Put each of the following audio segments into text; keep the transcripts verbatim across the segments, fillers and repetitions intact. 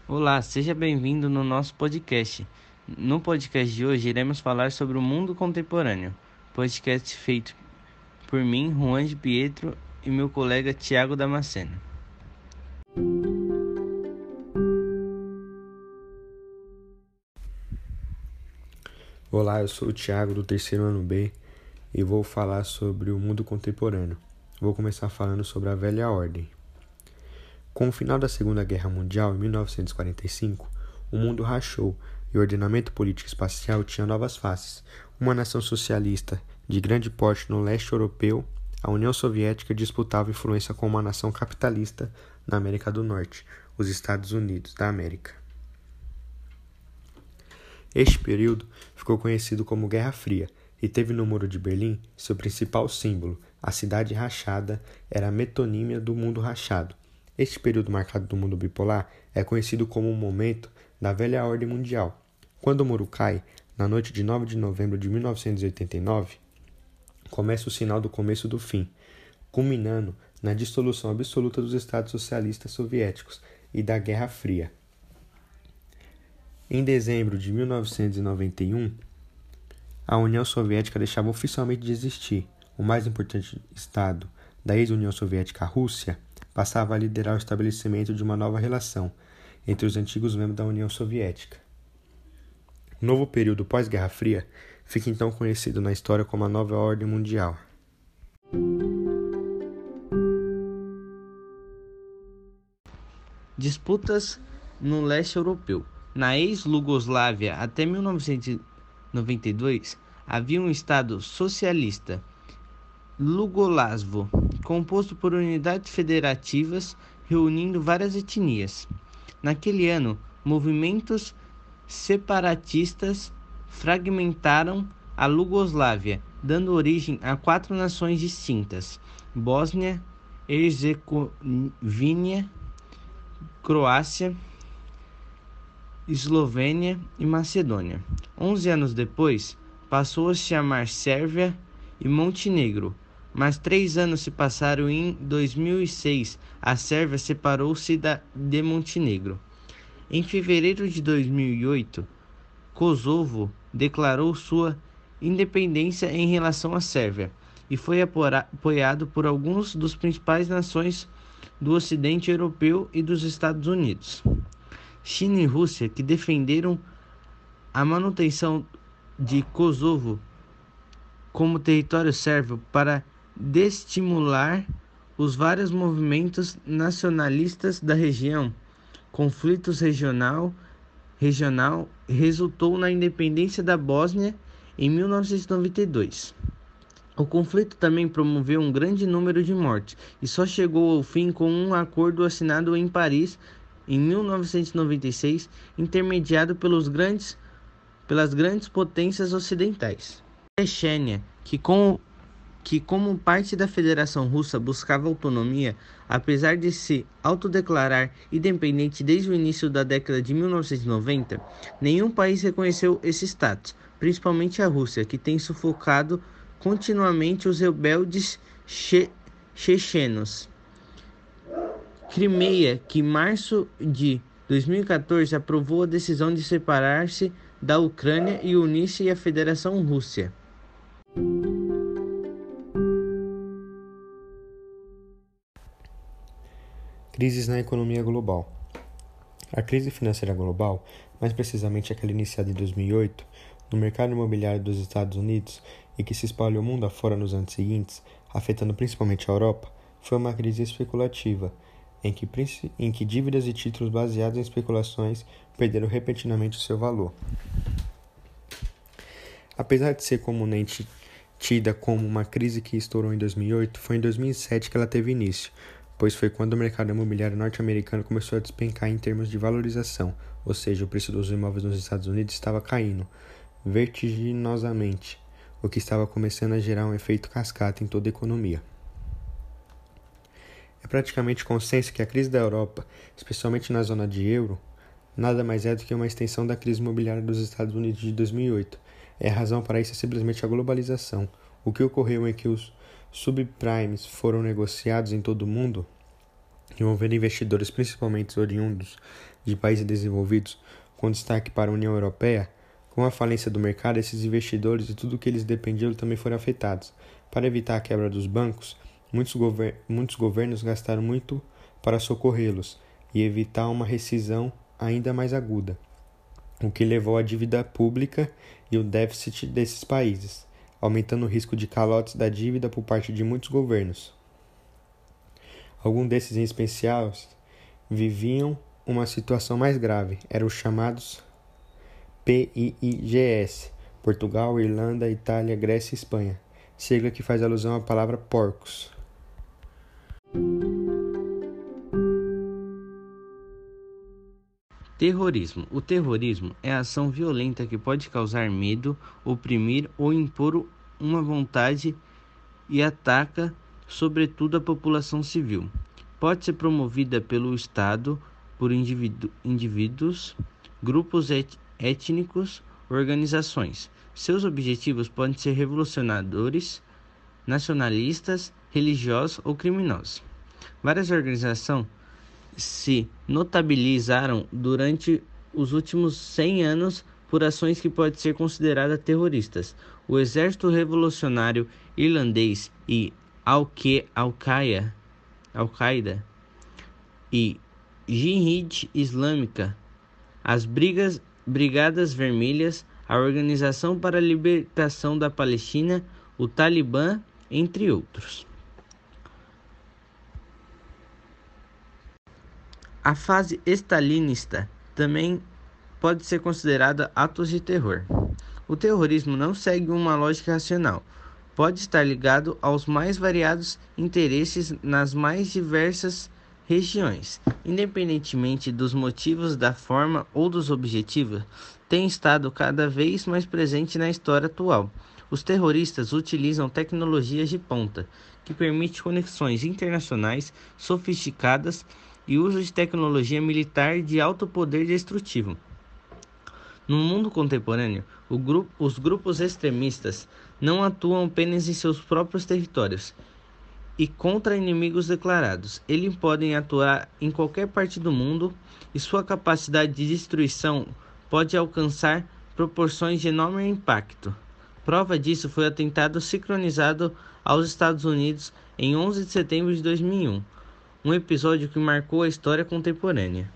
Olá, seja bem-vindo no nosso podcast. No podcast de hoje iremos falar sobre o mundo contemporâneo. Podcast feito por mim, Juan de Pietro, e meu colega Tiago Damasceno. Olá, eu sou o Tiago do terceiro ano B e vou falar sobre o mundo contemporâneo. Vou começar falando sobre a velha ordem. Com o final da Segunda Guerra Mundial, em mil novecentos e quarenta e cinco, o mundo rachou e o ordenamento político espacial tinha novas faces. Uma nação socialista de grande porte no leste europeu, a União Soviética disputava influência com uma nação capitalista na América do Norte, os Estados Unidos da América. Este período ficou conhecido como Guerra Fria e teve no Muro de Berlim seu principal símbolo, a cidade rachada, era a metonímia do mundo rachado. Este período marcado do mundo bipolar é conhecido como o momento da velha ordem mundial. Quando o muro cai, na noite de nove de novembro de mil novecentos e oitenta e nove, começa o sinal do começo do fim, culminando na dissolução absoluta dos Estados socialistas soviéticos e da Guerra Fria. Em dezembro de mil novecentos e noventa e um, a União Soviética deixava oficialmente de existir. O mais importante estado da ex-União Soviética, a Rússia, passava a liderar o estabelecimento de uma nova relação entre os antigos membros da União Soviética. O novo período pós-Guerra Fria fica então conhecido na história como a Nova Ordem Mundial. Disputas no leste europeu. Na ex-Iugoslávia, até mil novecentos e noventa e dois, havia um Estado socialista, Iugoslavo, composto por unidades federativas reunindo várias etnias. Naquele ano, movimentos separatistas fragmentaram a Iugoslávia, dando origem a quatro nações distintas: Bósnia, Herzegovina, Croácia, Eslovênia e Macedônia. Onze anos depois, passou a se chamar Sérvia e Montenegro, mas três anos se passaram e em dois mil e seis a Sérvia separou-se da, de Montenegro. Em fevereiro de dois mil e oito, Kosovo declarou sua independência em relação à Sérvia e foi apoiado por algumas das principais nações do Ocidente Europeu e dos Estados Unidos. China e Rússia, que defenderam a manutenção de Kosovo como território sérvio para desestimular os vários movimentos nacionalistas da região. Conflitos regional, regional resultou na independência da Bósnia em mil novecentos e noventa e dois. O conflito também promoveu um grande número de mortes e só chegou ao fim com um acordo assinado em Paris em mil novecentos e noventa e seis, intermediado pelos grandes, pelas grandes potências ocidentais. A Chechênia, que, com, que como parte da Federação Russa buscava autonomia, apesar de se autodeclarar independente desde o início da década de mil novecentos e noventa, nenhum país reconheceu esse status, principalmente a Rússia, que tem sufocado continuamente os rebeldes che- chechenos. Crimeia, que em março de dois mil e quatorze aprovou a decisão de separar-se da Ucrânia e unir-se à Federação Rússia. Crises na economia global. A crise financeira global, mais precisamente aquela iniciada em dois mil e oito, no mercado imobiliário dos Estados Unidos e que se espalhou mundo afora nos anos seguintes, afetando principalmente a Europa, foi uma crise especulativa, em que, em que dívidas e títulos baseados em especulações perderam repentinamente o seu valor. Apesar de ser comumente tida como uma crise que estourou em dois mil e oito, foi em dois mil e sete que ela teve início, pois foi quando o mercado imobiliário norte-americano começou a despencar em termos de valorização, ou seja, o preço dos imóveis nos Estados Unidos estava caindo vertiginosamente, o que estava começando a gerar um efeito cascata em toda a economia. É praticamente consenso que a crise da Europa, especialmente na zona de euro, nada mais é do que uma extensão da crise imobiliária dos Estados Unidos de dois mil e oito. É a razão para isso é simplesmente a globalização. O que ocorreu é que os subprimes foram negociados em todo o mundo envolvendo investidores principalmente oriundos de países desenvolvidos, com destaque para a União Europeia. Com a falência do mercado, esses investidores e tudo o que eles dependiam também foram afetados. Para evitar a quebra dos bancos, muitos, gover- muitos governos gastaram muito para socorrê-los e evitar uma rescisão ainda mais aguda, o que levou à dívida pública e o déficit desses países, aumentando o risco de calotes da dívida por parte de muitos governos. Alguns desses em especial viviam uma situação mais grave, eram os chamados P I I G S, Portugal, Irlanda, Itália, Grécia e Espanha, sigla que faz alusão à palavra porcos. Terrorismo. O terrorismo é a ação violenta que pode causar medo, oprimir ou impor uma vontade e ataca, sobretudo, a população civil. Pode ser promovida pelo Estado, por indivíduo, indivíduos, grupos et, étnicos, organizações. Seus objetivos podem ser revolucionários, nacionalistas, religiosos ou criminosos. Várias organizações se notabilizaram durante os últimos cem anos por ações que podem ser consideradas terroristas. O Exército Revolucionário Irlandês e Al-Qaeda Al-Qaeda e Jihad Islâmica, as Brigas, Brigadas Vermelhas, a Organização para a Libertação da Palestina, o Talibã, entre outros. A fase stalinista também pode ser considerada atos de terror. O terrorismo não segue uma lógica racional. Pode estar ligado aos mais variados interesses nas mais diversas regiões. Independentemente dos motivos, da forma ou dos objetivos, tem estado cada vez mais presente na história atual. Os terroristas utilizam tecnologias de ponta, que permitem conexões internacionais sofisticadas e uso de tecnologia militar de alto poder destrutivo. No mundo contemporâneo, grupo, os grupos extremistas não atuam apenas em seus próprios territórios e contra inimigos declarados. Eles podem atuar em qualquer parte do mundo e sua capacidade de destruição pode alcançar proporções de enorme impacto. Prova disso foi o atentado sincronizado aos Estados Unidos em onze de setembro de dois mil e um. Um episódio que marcou a história contemporânea.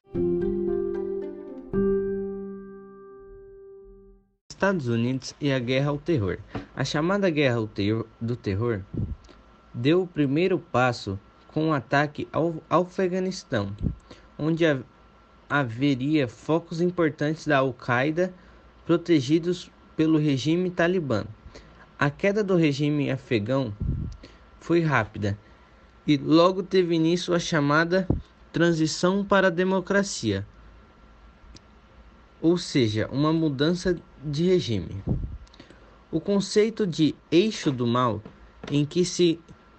Estados Unidos e a Guerra ao Terror. A chamada Guerra ao Terror, do Terror deu o primeiro passo com o ataque ao, ao Afeganistão, onde ha, haveria focos importantes da Al-Qaeda protegidos pelo regime talibã. A queda do regime afegão foi rápida e logo teve início a chamada transição para a democracia, ou seja, uma mudança de regime. O conceito de eixo do mal, em que se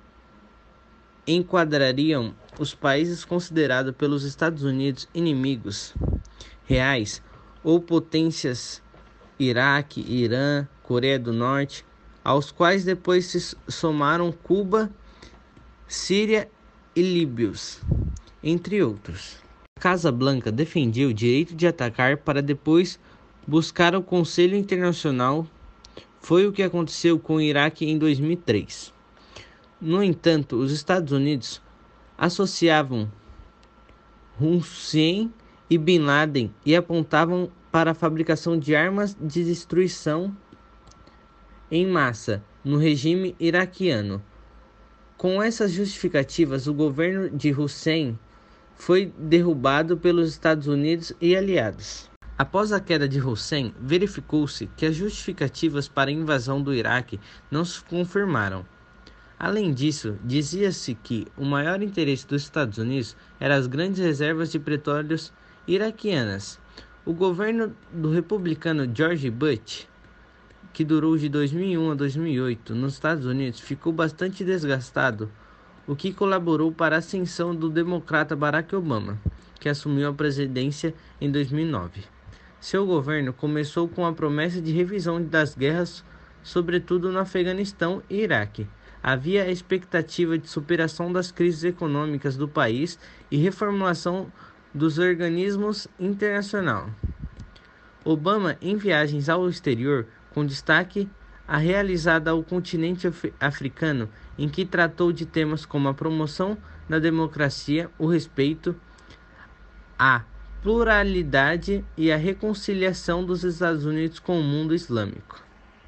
enquadrariam os países considerados pelos Estados Unidos inimigos reais ou potências Iraque, Irã, Coreia do Norte, aos quais depois se somaram Cuba, Síria e líbios, entre outros. A Casa Branca defendia o direito de atacar para depois buscar o Conselho Internacional. Foi o que aconteceu com o Iraque em dois mil e três. No entanto, os Estados Unidos associavam Hussein e Bin Laden e apontavam para a fabricação de armas de destruição em massa no regime iraquiano. Com essas justificativas, o governo de Hussein foi derrubado pelos Estados Unidos e aliados. Após a queda de Hussein, verificou-se que as justificativas para a invasão do Iraque não se confirmaram. Além disso, dizia-se que o maior interesse dos Estados Unidos eram as grandes reservas de petróleos iraquianas. O governo do republicano George Bush, que durou de dois mil e um a dois mil e oito nos Estados Unidos, ficou bastante desgastado, o que colaborou para a ascensão do democrata Barack Obama, que assumiu a presidência em dois mil e nove. Seu governo começou com a promessa de revisão das guerras, sobretudo no Afeganistão e Iraque. havia a expectativa de superação das crises econômicas do país e reformulação dos organismos internacionais. Obama, em viagens ao exterior, com destaque a realizada ao continente africano, em que tratou de temas como a promoção da democracia, o respeito, a pluralidade e a reconciliação dos Estados Unidos com o mundo islâmico.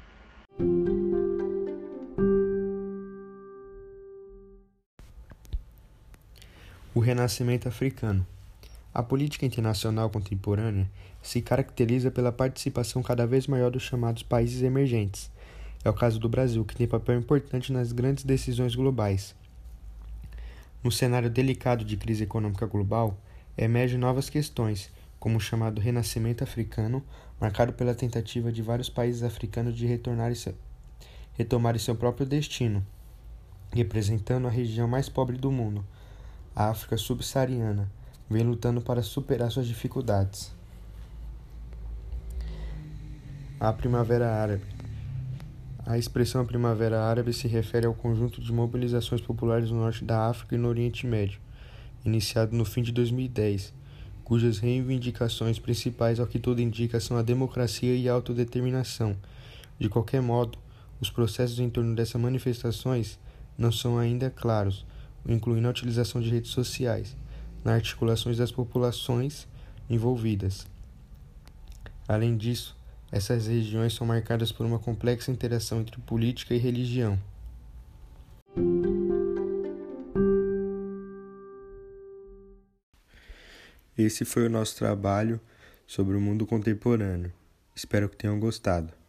O renascimento africano. A política internacional contemporânea se caracteriza pela participação cada vez maior dos chamados países emergentes. É o caso do Brasil, que tem papel importante nas grandes decisões globais. No cenário delicado de crise econômica global, emergem novas questões, como o chamado renascimento africano, marcado pela tentativa de vários países africanos de retornarem seu, retomarem seu próprio destino, representando a região mais pobre do mundo, a África subsaariana, vem lutando para superar suas dificuldades. A Primavera Árabe. A expressão Primavera Árabe se refere ao conjunto de mobilizações populares no norte da África e no Oriente Médio, iniciado no fim de dois mil e dez, cujas reivindicações principais, ao que tudo indica, são a democracia e a autodeterminação. De qualquer modo, os processos em torno dessas manifestações não são ainda claros, incluindo a utilização de redes sociais, nas articulações das populações envolvidas. Além disso, essas regiões são marcadas por uma complexa interação entre política e religião. Esse foi o nosso trabalho sobre o mundo contemporâneo. Espero que tenham gostado.